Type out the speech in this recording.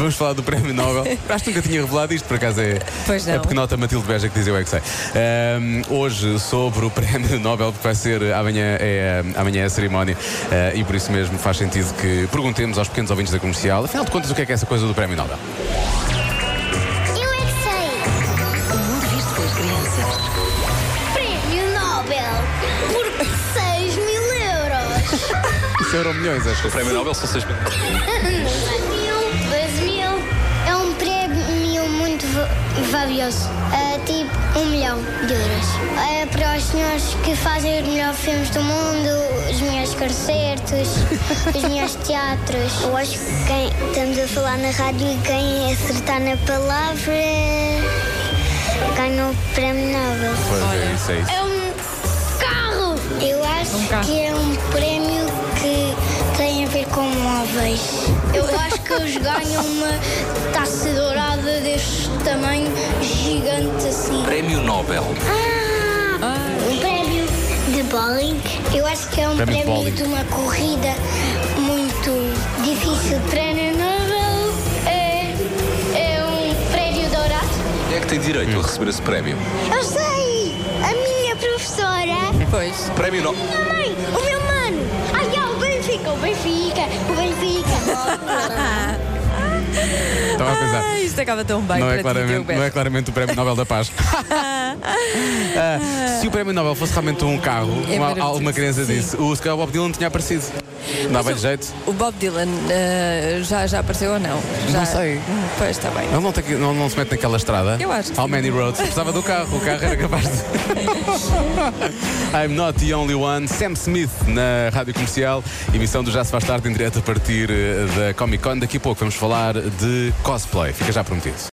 Vamos falar do Prémio Nobel. Acho que nunca tinha revelado isto, por acaso é Pois não. a pequenota Matilde Beja que diz eu é que sei. Hoje sobre o Prémio Nobel, porque vai ser amanhã é a cerimónia, e por isso mesmo faz sentido que perguntemos aos pequenos ouvintes da Comercial, afinal de contas, o que é essa coisa do Prémio Nobel? Eu é que sei. O mundo visto pelas crianças. Prémio Nobel por 6 mil euros. Isso eram milhões, acho. O Prémio Nobel são 6 mil. 2 mil. É um prémio muito valioso. É tipo 1 milhão de euros. É para os senhores que fazem os melhores filmes do mundo, os melhores concertos, os melhores teatros. Eu acho que quem estamos a falar na rádio e quem acertar na palavra ganha o Prémio Nobel. Pois é, isso é isso. É um carro! Eu acho carro. que é um prémio que tem a ver com móveis. Eu acho que eles ganham uma taça dourada deste tamanho, gigante assim. Prémio Nobel. Um prémio de bowling. Eu acho que é um Prémio de prémio bowling. de uma corrida muito difícil. Prémio Nobel é um prémio dourado. Quem é que tem direito a receber esse prémio? Eu sei! A minha professora. Pois. Prémio Nobel. Minha mãe, o meu mano. Ai, o Benfica, o Benfica, o Benfica. Estava a pensar. Isto acaba tão bem Não para é, ti, claramente, Diogo não é Beja. claramente o Prémio Nobel da Paz. Se o Prémio Nobel fosse realmente um carro, É uma maravilhoso, criança sim. disse, o Bob Dylan tinha aparecido. Dava-lhe jeito. O Bob Dylan já apareceu ou não? Não sei. Pois, está bem. Ele não se mete naquela estrada. Eu acho que How sim. many roads? Precisava do carro. O carro era capaz de. I'm not the only one. Sam Smith na Rádio Comercial. Emissão do Já se faz tarde em direto a partir da Comic Con. Daqui a pouco vamos falar de cosplay. Fica já prometido.